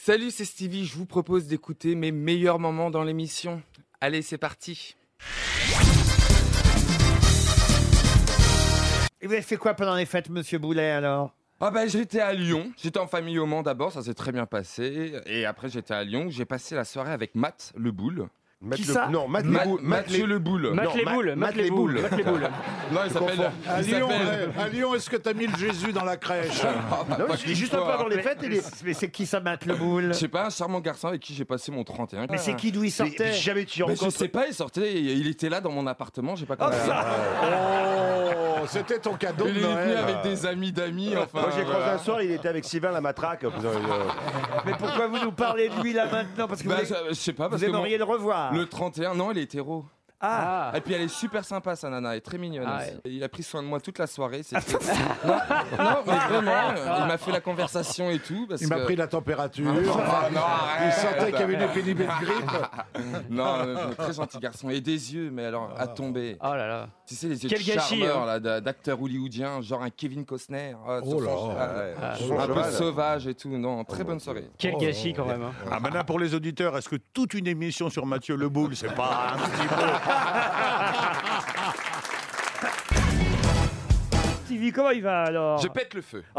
Salut, c'est Stevie, je vous propose d'écouter mes meilleurs moments dans l'émission. Allez, c'est parti. Et vous avez fait quoi pendant les fêtes, monsieur Boulet, alors ? J'étais à Lyon, j'étais en famille au Mans d'abord, ça s'est très bien passé. Et après j'étais à Lyon, j'ai passé la soirée avec Matt Le Boule. Qui ça ? Non, Mathieu Le Boule. Matt les boules. Non, il s'appelle... À Lyon, est-ce que t'as mis le Jésus dans la crèche? Non, je dis juste un peu avant les fêtes. Mais c'est qui ça, Matt Le Boule ? Je sais pas, un charmant garçon avec qui j'ai passé mon 31. Mais c'est qui, d'où il sortait ? Jamais tu Je sais pas, il sortait, il était là dans mon appartement, j'ai pas compris. Oh, c'était ton cadeau Il de est venu Noël. avec des amis d'amis, enfin... Moi j'ai croisé un soir, il était avec Sylvain la matraque. Mais pourquoi vous nous parlez de lui là maintenant ? Parce que je sais pas, parce vous que aimeriez le revoir. le 31, non, il est hétéro. Ah, Et puis elle est super sympa, sa nana, elle est très mignonne Ah aussi. Il a pris soin de moi toute la soirée. Non, mais vraiment, il m'a fait la conversation et tout. Parce Il m'a que... pris la température. Ah, non, Il arrête. sentait qu'il y avait une épidémie de grippe. Non, très gentil garçon. Et des yeux, mais alors, à tomber. Oh là là. Tu sais, les yeux Quel de gâchis, charmeur là, d'acteurs hollywoodiens, genre un Kevin Costner. Oh là. Un peu sauvage et tout. Non, très bonne soirée. Quel gâchis quand même. Ah, maintenant, pour les auditeurs, est-ce que toute une émission sur Mathieu Le Boule, c'est pas un petit peu... Stevie, comment il va alors ? Je pète le feu.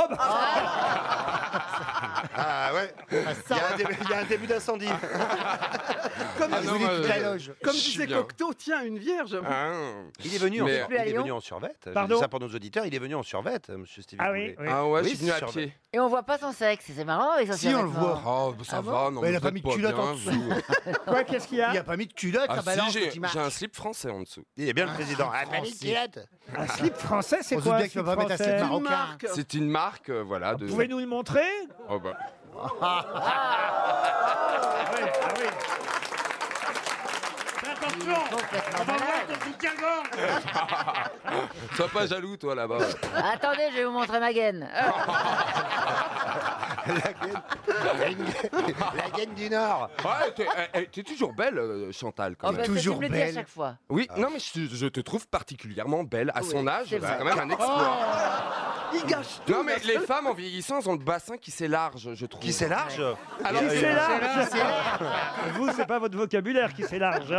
Ah ouais. Il y a un début d'incendie. Comme non, moi, comme je suis disait bien. Cocteau, tiens, une vierge. Il est venu, Mais- il est venu en survette. Je Pardon dis ça pour nos auditeurs, il est venu en survette, monsieur Stevie. Ah oui, oui. Ah ouais, je Oui, suis venu à sur- pied. Et on voit pas son sexe, c'est marrant avec son Si, on le voit. Oh, ça va, non, Mais il mais a pas vous mis êtes de culotte bien, en dessous. vous. Quoi, qu'est-ce qu'il y a ? pas mis de culotte, Ah si, j'ai un slip français en dessous. Il est bien le président. Ah, pas mis de culotte. Un slip français, c'est On se quoi doute un bien que tu slip vas pas mettre un slip français ? marocain. Marque. C'est une marque, voilà. De... Vous pouvez nous le montrer ? Oh bah. Sois pas jaloux, toi, là-bas. Attendez, je vais vous montrer ma gaine. La gaine du Nord. Ouais, t'es toujours belle, Chantal, quand Oh, même. parce que tu me le dis à chaque fois. Oui, non, mais je te trouve particulièrement belle. À son âge, c'est c'est vrai. quand même un exploit. Il gâche tout. Non, mais les femmes, en vieillissant, elles ont le bassin qui s'élarge, je trouve. Qui c'est large? Alors, Qui s'élarge. Vous, c'est pas votre vocabulaire qui s'élarge. Hein.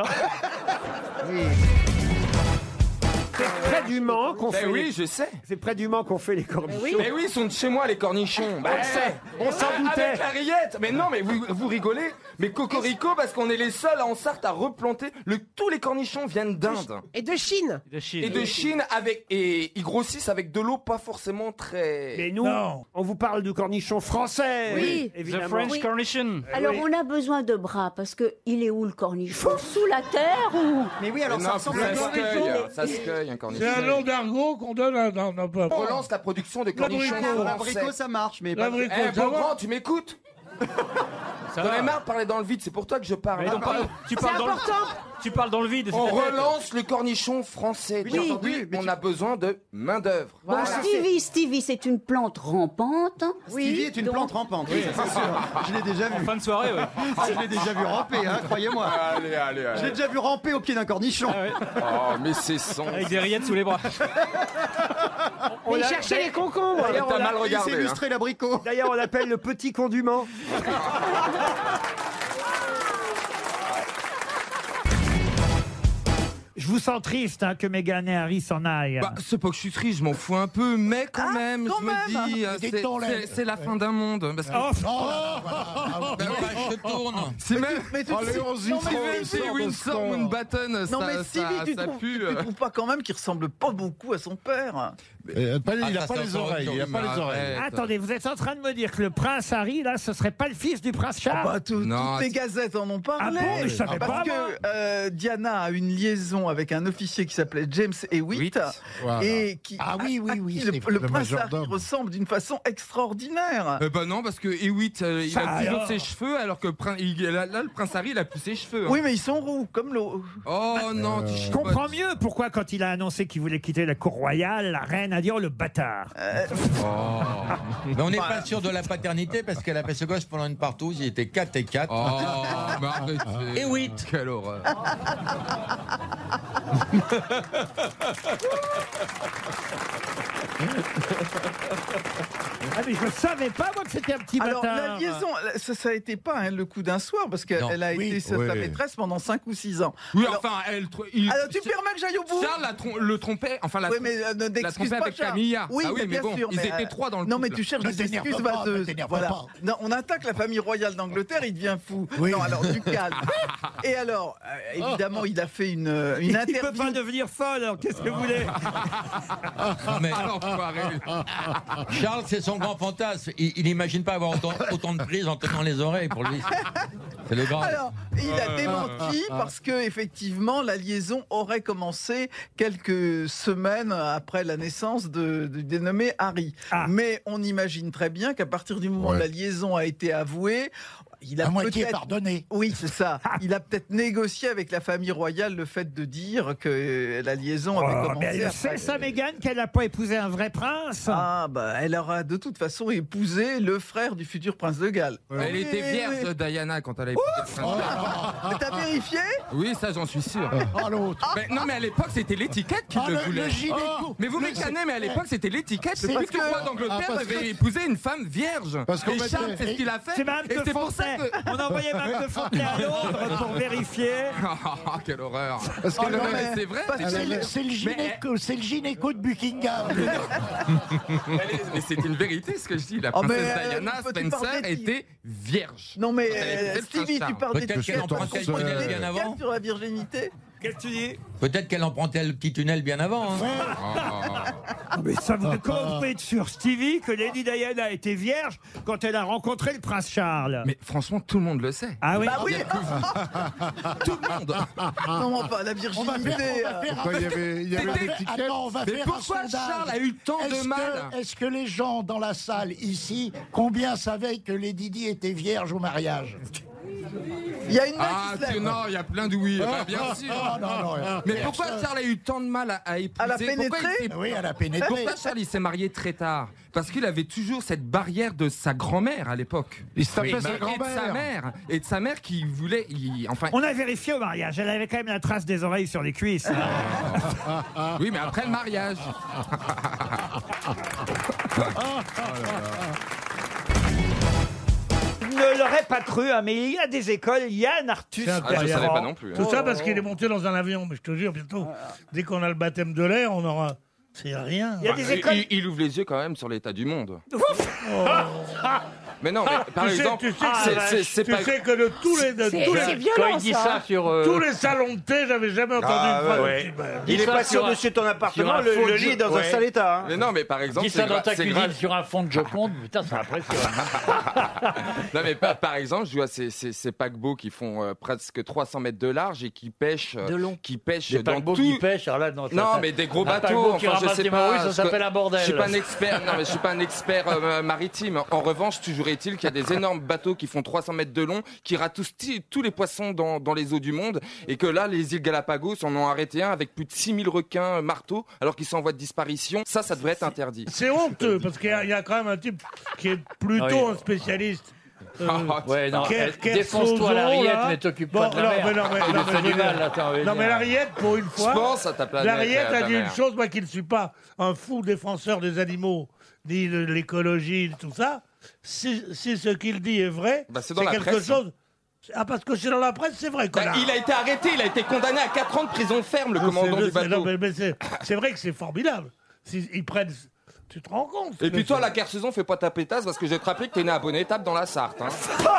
C'est près du Mans qu'on fait. oui, je sais. C'est près du Mans qu'on fait les cornichons. Mais oui, ils sont de chez moi, les cornichons. Bah, On le sait, on s'en doutait. Avec la rillette. Mais non, mais vous rigolez. Mais cocorico, parce qu'on est les seuls en Sarthe à replanter. Tous les cornichons viennent d'Inde. Et de Chine. Et de Chine, et ils grossissent avec de l'eau pas forcément très... Mais nous, on vous parle du cornichon français. Oui. The évidemment. French Oui. Cornichon. Alors on a besoin de bras parce que il est où le cornichon? Sous la terre ou? Mais oui, Mais alors non, ça ressemble à ça un se cueille, cornichon. ça se cueille, un cornichon. C'est un nom d'argot qu'on donne à un peu. On relance la production de cornichons L'abricot, français. ça marche, mais pas L'abricot, Eh, ça va Beaugrand, tu m'écoutes? J'en ai marre de parler dans le vide, c'est pour toi que je parle. Mais donc, tu parles dans le vide. On c'est ta tête. relance le cornichon français. j'ai entendu, Aujourd'hui, mais on a besoin de main-d'œuvre. Bon, Stevie, c'est une plante rampante. Stevie est une plante rampante. Oui, c'est sûr. Je l'ai déjà vu. Fin de soirée, oui. Je l'ai déjà vu ramper, hein, croyez-moi. Allez. Je l'ai déjà vu ramper au pied d'un cornichon. Oh, mais c'est son. Avec des rillettes sous les bras. On l'a- cherchez les concombres. D'ailleurs, T'as on l'a- mal Il regardé. s'est hein. illustré l'abricot. D'ailleurs, on l'appelle le petit condument. Je vous sens triste que Meghan et Harry s'en aillent. Bah, c'est pas que je suis triste, je m'en fous un peu, mais quand même, quand je me dis, c'est la fin d'un monde. Parce que Je tourne. c'est même. Allez, on y C'est Windsor Mountbatten, Non mais ça Stevie, tu pue. trouves pas quand même qu'il ressemble pas beaucoup à son père? Il a pas les oreilles. Il a pas les oreilles. Attendez, vous êtes en train de me dire que le prince Harry, là, ce serait pas le fils du prince Charles? Bah, Non, toutes les gazettes en ont parlé. Ah bon, mais je savais pas, Parce moi. que Diana a une liaison avec un officier qui s'appelait James Hewitt Voilà. et qui Ah oui, à oui, qui c'est le le prince Harry majordome. ressemble d'une façon extraordinaire. Bah non, parce que Hewitt, il Ça a toujours alors ses cheveux, alors que là, le prince Harry, il a plus ses cheveux. hein. Oui, mais ils sont roux comme l'eau. Oh non, tu Je comprends mieux pourquoi, quand il a annoncé qu'il voulait quitter la cour royale, la reine a dit oh le bâtard. Mais on n'est pas sûr de la paternité parce qu'elle a fait ce gosse pendant une partouze, il était 4 et 4. Oh, mais arrêtez. Et 8. Quelle horreur. Ah mais je ne savais pas moi que c'était un petit Alors bâtard. la liaison, ça a été pas le coup d'un soir parce Non. qu'elle a été sa maîtresse pendant 5 ou 6 ans. Oui, Alors- enfin, Alors tu permets que j'aille au bout? Charles le trompait, enfin Oui, mais la n'excuse trompait pas avec Charles. Camilla. Oui, Ah oui, mais bien bon, sûr. ils mais, étaient 3 dans le Non, mais couple. tu cherches Ne des t'énerve excuses pas, vaseuses. ne t'énerve Voilà. pas. Non, on attaque la famille royale d'Angleterre, il devient fou. Non, alors du calme. Et alors, évidemment, il a fait une Il ne interview. peut pas devenir folle, alors qu'est-ce que vous voulez? Non, mais Ah, l'enfoiré. Charles, c'est son grand fantasme. Il n'imagine pas avoir autant de prises en tenant les oreilles pour lui. C'est le grand. Alors, il a démenti parce que effectivement, la liaison aurait commencé quelques semaines après la naissance du dénommé Harry. Ah. Mais on imagine très bien qu'à partir du moment où la liaison a été avouée, il a À moitié peut-être pardonné. Oui, c'est ça. Il a peut-être négocié avec la famille royale le fait de dire que la liaison avait Oh, commencé. mais elle après. sait ça, Meghan, qu'elle n'a pas épousé un vrai prince. Ah bah, elle aura de toute façon épousé le frère du futur prince de Galles. Elle était vierge, Diana, quand elle a épousé le prince. Mais t'as vérifié? Oui, ça, j'en suis sûr. Oh, l'autre. Mais non, mais à l'époque, c'était l'étiquette qui Ah, le le voulait. gynéco. Mais vous Le- mécanez, mais à l'époque, c'était l'étiquette. Le parce futur que- roi d'Angleterre parce que- avait épousé une femme vierge. Parce qu'on Et mettait- Charles, c'est ce qu'il a fait. C'est Mme Et de c'est pour ça Fontenay. que... On a envoyé Mme de Fontenay à Londres pour vérifier. Ah, quelle horreur. Parce que Oh, non, Non, mais mais- c'est vrai. parce que- c'est le gynéco de Buckingham. Mais c'est une vérité ce que je dis. La Oh, mais, princesse Diana tu parles Spencer des- était vierge. Non mais Elle a épousé le Stevie, prince tu Charles. parles des Peut-être qu'elle empruntait le tunnel bien avant. sur la virginité. Qu'est-ce que tu dis? Peut-être qu'elle empruntait le petit tunnel bien avant. hein. Ah, mais ça, comment vous pouvez être sûr, Stevie, que Lady Diana était vierge quand elle a rencontré le prince Charles? Mais franchement, tout le monde le sait. Ah oui? Bah oui. Tout le monde. Non, enfin la virginité. Pourquoi il y avait des tickets. Attends, on va Mais faire pourquoi un sondage. Charles a eu tant de mal? Est-ce que les gens dans la salle ici, combien savaient que Lady Di était vierge au mariage? Il y a une main Ah, qui se lève. non, il y a plein de oui, bah, bien sûr. non. Mais pourquoi Charles a eu tant de mal à épouser? À la Pourquoi pénétrer il s'est- Oui, elle a pénétré. Pourquoi Charles il s'est marié très tard? Parce qu'il avait toujours cette barrière de sa grand-mère à l'époque. Il se tapait Oui, sa et de sa grand-mère. mère. Et de sa mère qui voulait. Enfin. On a vérifié au mariage. Elle avait quand même la trace des oreilles sur les cuisses. Oui, mais après le mariage. Je ne l'aurais pas cru, hein, mais il y a des écoles, Yann Arthus. C'est incroyable. Ah, je savais pas non plus. Tout ça parce qu'il est monté dans un avion. Mais je te jure, bientôt, dès qu'on a le baptême de l'air, on aura. C'est rien. Il y a des écoles. Il ouvre les yeux quand même sur l'état du monde. Mais non, mais par Tu sais- exemple, tu sais que- c'est tu pas. sais que de tous les Quand il dit ça sur. tous les salons de thé, j'avais jamais entendu une phrase aussi belle. Il est pas sûr dessus de ton appartement, le lit est dans un sale état. hein. Mais non, mais par exemple, Dis ça dans ta c'est cuisine grave. sur un fond de Joconde, putain, ça impressionne. Non, mais par exemple, je vois ces paquebots qui font presque 300 mètres de large et qui pêchent. De long. Qui pêchent Des dans paquebots tout. qui pêchent, alors là, non. Non, mais des gros un bateaux. paquebot qui Enfin, je ramasse sais des pas. marouilles, ça s'appelle un bordel. Je suis pas un expert. Non, mais je suis pas un expert maritime. En revanche, toujours est-il qu'il y a des énormes bateaux qui font 300 mètres de long, qui ratoussent tous les poissons dans les eaux du monde, et que là, les îles Galapagos en ont arrêté un avec plus de 6000 requins marteaux, alors qu'ils sont en voie de disparition. Ça devrait être interdit. C'est honteux parce qu'il y a quand même un type qui est plutôt un spécialiste. Ouais, non, Kersozon, défonce-toi la rillette, là. mais t'occupe Bon, pas de la non, mer. mais non, mais- Il non, lui fait mais du je veux mal, dire- attends. Non, mais la rillette, pour une fois. Je pense à ta planète. La rillette à a ta dit une mère. chose, moi qui ne suis pas un fou défenseur des animaux, ni de l'écologie, ni tout ça. Si ce qu'il dit est vrai, Bah, c'est c'est dans la quelque presse. chose. Ah, parce que c'est dans la presse, c'est vrai, connard. Il a été arrêté, il a été condamné à 4 ans de prison ferme, le Ah, commandant c'est- du bateau. non, mais c'est vrai que c'est formidable. Ils prennent. Tu te rends compte? Et puis toi, la Kersozon, fais pas ta pétasse parce que j'ai te rappelé que t'es né à Bonne-Étape dans la Sarthe. Hein.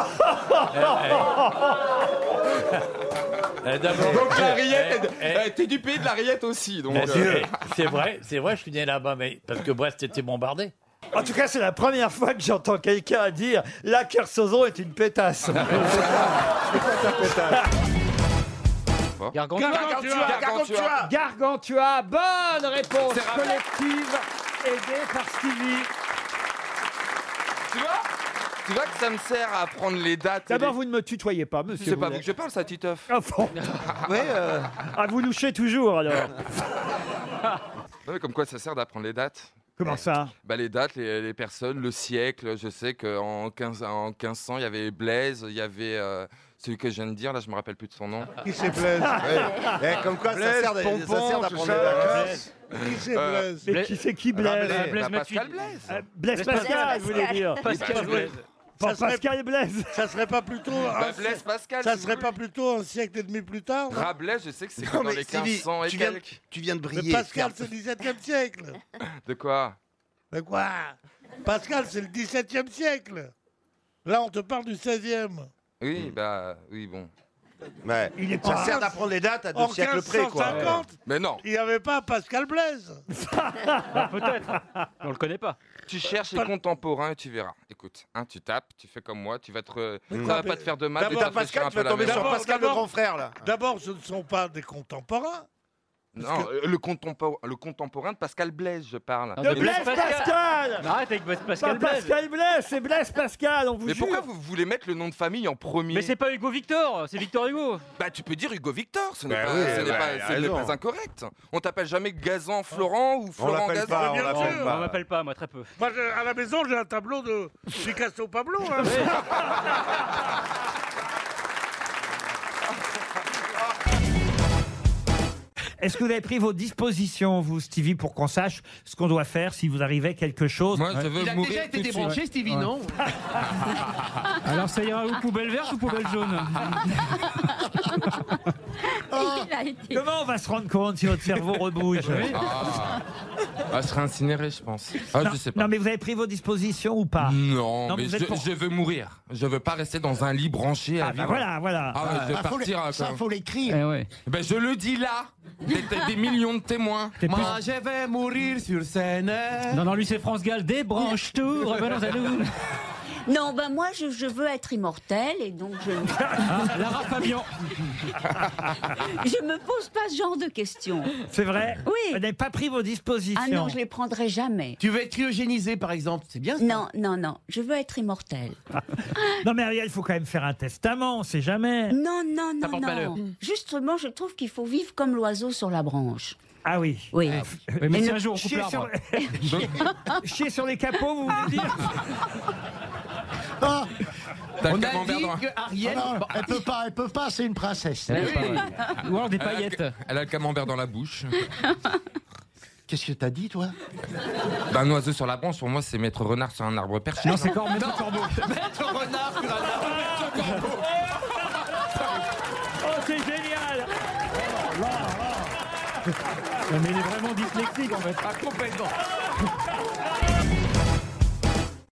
Donc la rillette, t'es du pays de la rillette aussi. Donc, C'est vrai, je suis né là-bas, mais parce que Brest était bombardé. En tout cas, c'est la première fois que j'entends quelqu'un dire la Kersozon est une pétasse. Gargantua. Gargantua, bonne réponse C'est rappelé. collective aidée par Stevie. tu vois que ça me sert à prendre les dates. D'abord, vous ne me tutoyez pas, monsieur. C'est pas Boulet. vous que je parle, ça, Titeuf. Ah, bon. Ouais, Ah, vous louchez toujours, alors. Ouais, comme quoi ça sert d'apprendre les dates. Comment ça? Bah, les dates, les personnes, le siècle. Je sais qu'en 1500, il y avait Blaise, il y avait Celui que je viens de dire, là, je me rappelle plus de son nom. Qui c'est Blaise? Comme quoi, Blaise, ça sert Pompon, d'apprendre tout des ça. vacances. Qui c'est Blaise? Mais qui c'est qui Blaise? Bah, Pascal Blaise. Blaise Pascal, vous voulez dire? Pascal Blaise. Pas Pascal Blaise. Ça serait pas plutôt Bah, Blaise Pascal. ça si serait vous pas voulez. plutôt un siècle et demi plus tard? non Rabelais, je sais que c'est Non, dans mais les Stevie, 1500 et quelques. tu viens de Mais briller. Pascal, c'est le XVIIe siècle. De quoi? Mais quoi? Pascal, c'est le XVIIe siècle. Là, on te parle du XVIe. Oui, bah, oui, bon. Ouais. Il est Ça pas. sert d'apprendre les dates à En 2 siècles près, quoi. 1550, Mais non, il n'y avait pas Pascal Blaise. Peut-être. On le connaît pas. tu cherches les contemporains et tu verras. Écoute, hein, tu tapes, tu fais comme moi, tu vas te... Ça va pas te faire de mal de D'abord, t'afraîchir Pascal, un tu peu vas la tomber sur mémoire. Pascal le d'abord- grand frère, là. D'abord, ce ne sont pas des contemporains. Non, le contemporain de Pascal Blaise, je parle. De Blaise Pascal. Arrête avec Pas Pascal Blaise. Pascal Blaise, c'est Blaise Pascal, on vous Mais jure. pourquoi vous voulez mettre le nom de famille en premier? Mais c'est pas Hugo Victor, c'est Victor Hugo. Bah tu peux dire Hugo Victor, ce n'est Bah pas, oui, ce n'est bah, pas- il a ce n'est raison. pas incorrect. On t'appelle jamais Gazan Florent ou On Florent l'appelle Gazan. pas, on bien l'appelle sûr. On pas. m'appelle pas, moi, très peu. Moi, à la maison, j'ai un tableau de Picasso Pablo. hein. Est-ce que vous avez pris vos dispositions, vous, Stevie, pour qu'on sache ce qu'on doit faire si vous arrivez quelque chose? Moi je veux Il a mourir déjà été tout de suite. débranché, Stevie, non? Alors ça ira où, poubelle verte ou poubelle jaune? Comment on va se rendre compte si votre cerveau rebouge? Ah, je serai incinéré, je pense. Ah, non, je sais pas. non, mais vous avez pris vos dispositions ou pas? Non, Non, mais vous êtes pour- je veux mourir. Je veux pas rester dans un lit branché à Ah bah vivre. voilà, voilà. Ah, ouais, je vais partir. Ça, comme- faut l'écrire. Eh ouais. Ben, je le dis là. Des millions de témoins. Moi, je vais mourir sur scène. Non, non, lui c'est France Gall, débranche tout, revenons à nous. Non, ben moi, je veux être immortel et donc Lara Fabian. je me pose pas ce genre de questions. C'est vrai? Oui. Vous n'avez pas pris vos dispositions? Ah non, je les prendrai jamais. Tu veux être cryogénisé, par exemple, c'est bien ça? Non, non, non, je veux être immortel. Non, mais Ariel, il faut quand même faire un testament, on sait jamais. Non, non, Ça non, porte malheur. non. Justement, je trouve qu'il faut vivre comme l'oiseau sur la branche. Ah oui. Oui. Oui, mais Et si ne- un jour on coupe Chier sur... l'arbre. Chier sur les capots, vous voulez dire? Ah, T'as le On a camembert dit dans- que Ariel... non, elle peut pas, c'est une princesse. Ou alors des paillettes. Elle a le camembert dans la bouche. Qu'est-ce que t'as dit, toi? Un oiseau sur la branche, pour moi, c'est mettre renard sur un arbre perché. Non, c'est corbeau. Maître renard sur un arbre. Oh, c'est génial! Non, mais il est vraiment dyslexique en fait. Ah, complètement.